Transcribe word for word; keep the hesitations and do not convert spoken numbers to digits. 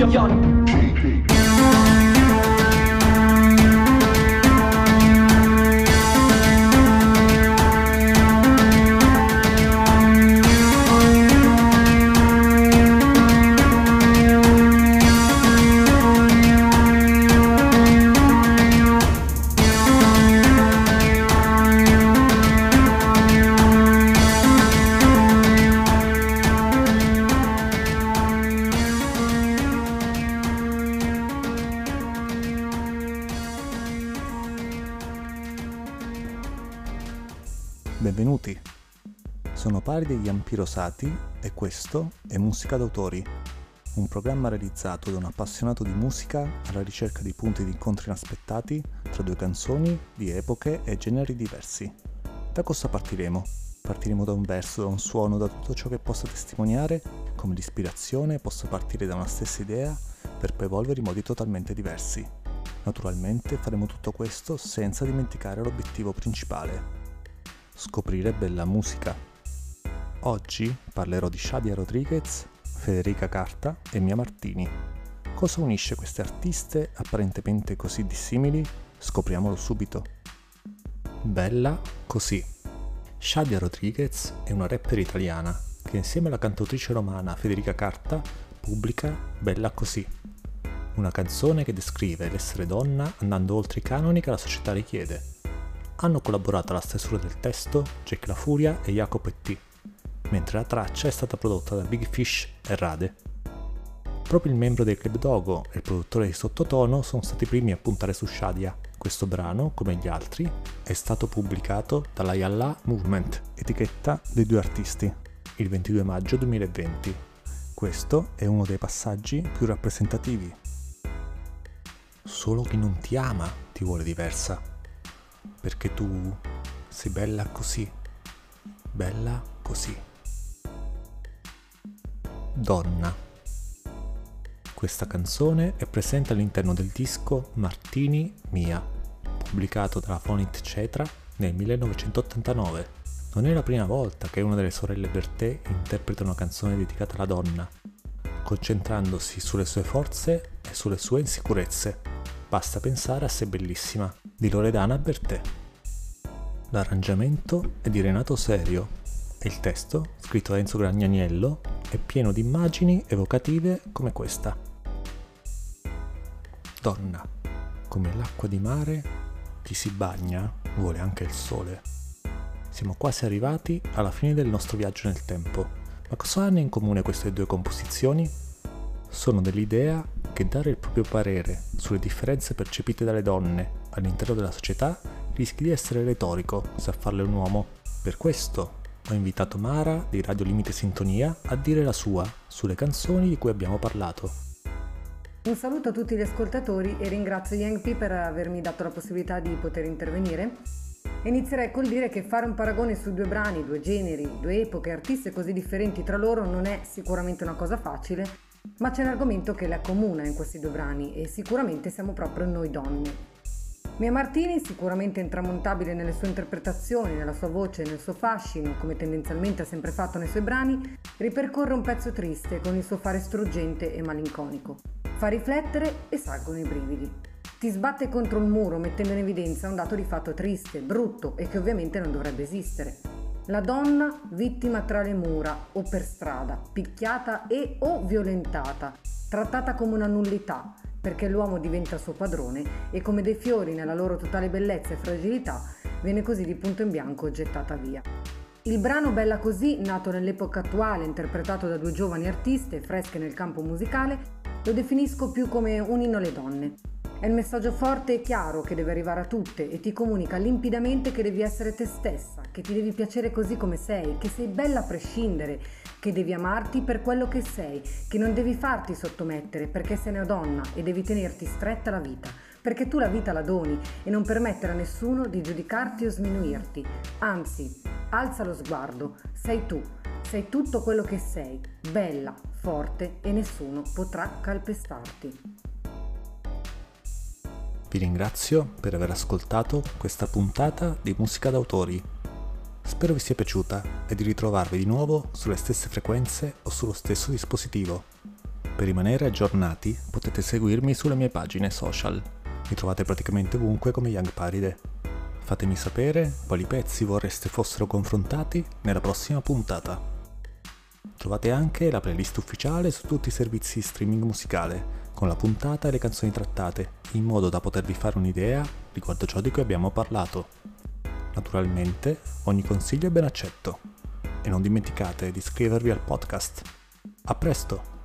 Young P. Benvenuti, sono Pari degli Ampi Rosati e questo è Musica d'autori, un programma realizzato da un appassionato di musica alla ricerca di punti di incontro inaspettati tra due canzoni di epoche e generi diversi. Da cosa partiremo? Partiremo da un verso, da un suono, da tutto ciò che possa testimoniare come l'ispirazione possa partire da una stessa idea per poi evolvere in modi totalmente diversi. Naturalmente faremo tutto questo senza dimenticare l'obiettivo principale: scoprire bella musica. Oggi parlerò di Shadia Rodriguez, Federica Carta e Mia Martini. Cosa unisce queste artiste apparentemente così dissimili? Scopriamolo subito. Bella così. Shadia Rodriguez è una rapper italiana che insieme alla cantautrice romana Federica Carta pubblica Bella così, una canzone che descrive l'essere donna andando oltre i canoni che la società richiede. Hanno collaborato alla stesura del testo Jack La Furia e Jacopo e T, mentre la traccia è stata prodotta da Big Fish e Rade. Proprio il membro dei Club Dogo e il produttore di Sottotono sono stati i primi a puntare su Shadia. Questo brano, come gli altri, è stato pubblicato dalla Yalla Movement, etichetta dei due artisti, il ventidue maggio duemilaventi. Questo è uno dei passaggi più rappresentativi. Solo chi non ti ama ti vuole diversa, perché tu sei bella così, bella così. Donna. Questa canzone è presente all'interno del disco Martini Mia, pubblicato dalla Fonit Cetra nel millenovecentottantanove. Non è la prima volta che una delle sorelle Bertè interpreta una canzone dedicata alla donna, concentrandosi sulle sue forze e sulle sue insicurezze. Basta pensare a Sei bellissima di Loredana Bertè. L'arrangiamento è di Renato Serio e il testo, scritto da Enzo Gragnaniello, è pieno di immagini evocative come questa. Donna, come l'acqua di mare, chi si bagna vuole anche il sole. Siamo quasi arrivati alla fine del nostro viaggio nel tempo, ma cosa hanno in comune queste due composizioni? Sono dell'idea che dare il proprio parere sulle differenze percepite dalle donne all'interno della società rischi di essere retorico se a farlo è un uomo. Per questo ho invitato Mara di Radio Limite Sintonia a dire la sua sulle canzoni di cui abbiamo parlato. Un saluto a tutti gli ascoltatori e ringrazio Young P per avermi dato la possibilità di poter intervenire. Inizierei col dire che fare un paragone su due brani, due generi, due epoche, artiste così differenti tra loro non è sicuramente una cosa facile, ma c'è un argomento che le accomuna in questi due brani e sicuramente siamo proprio noi donne. Mia Martini, sicuramente intramontabile nelle sue interpretazioni, nella sua voce e nel suo fascino, come tendenzialmente ha sempre fatto nei suoi brani, ripercorre un pezzo triste con il suo fare struggente e malinconico. Fa riflettere e salgono i brividi. Ti sbatte contro il muro mettendo in evidenza un dato di fatto triste, brutto e che ovviamente non dovrebbe esistere. La donna vittima tra le mura o per strada, picchiata e o violentata, trattata come una nullità, perché l'uomo diventa suo padrone e come dei fiori nella loro totale bellezza e fragilità viene così di punto in bianco gettata via. Il brano Bella così, nato nell'epoca attuale, interpretato da due giovani artiste fresche nel campo musicale, lo definisco più come un inno alle donne. È il messaggio forte e chiaro che deve arrivare a tutte e ti comunica limpidamente che devi essere te stessa, che ti devi piacere così come sei, che sei bella a prescindere, che devi amarti per quello che sei, che non devi farti sottomettere perché sei una donna e devi tenerti stretta la vita, perché tu la vita la doni e non permettere a nessuno di giudicarti o sminuirti. Anzi, alza lo sguardo, sei tu, sei tutto quello che sei, bella, forte e nessuno potrà calpestarti. Vi ringrazio per aver ascoltato questa puntata di Musica d'autori. Spero vi sia piaciuta e di ritrovarvi di nuovo sulle stesse frequenze o sullo stesso dispositivo. Per rimanere aggiornati potete seguirmi sulle mie pagine social. Mi trovate praticamente ovunque come Young Paride. Fatemi sapere quali pezzi vorreste fossero confrontati nella prossima puntata. Trovate anche la playlist ufficiale su tutti i servizi di streaming musicale, con la puntata e le canzoni trattate, in modo da potervi fare un'idea riguardo ciò di cui abbiamo parlato. Naturalmente, ogni consiglio è ben accetto. E non dimenticate di iscrivervi al podcast. A presto!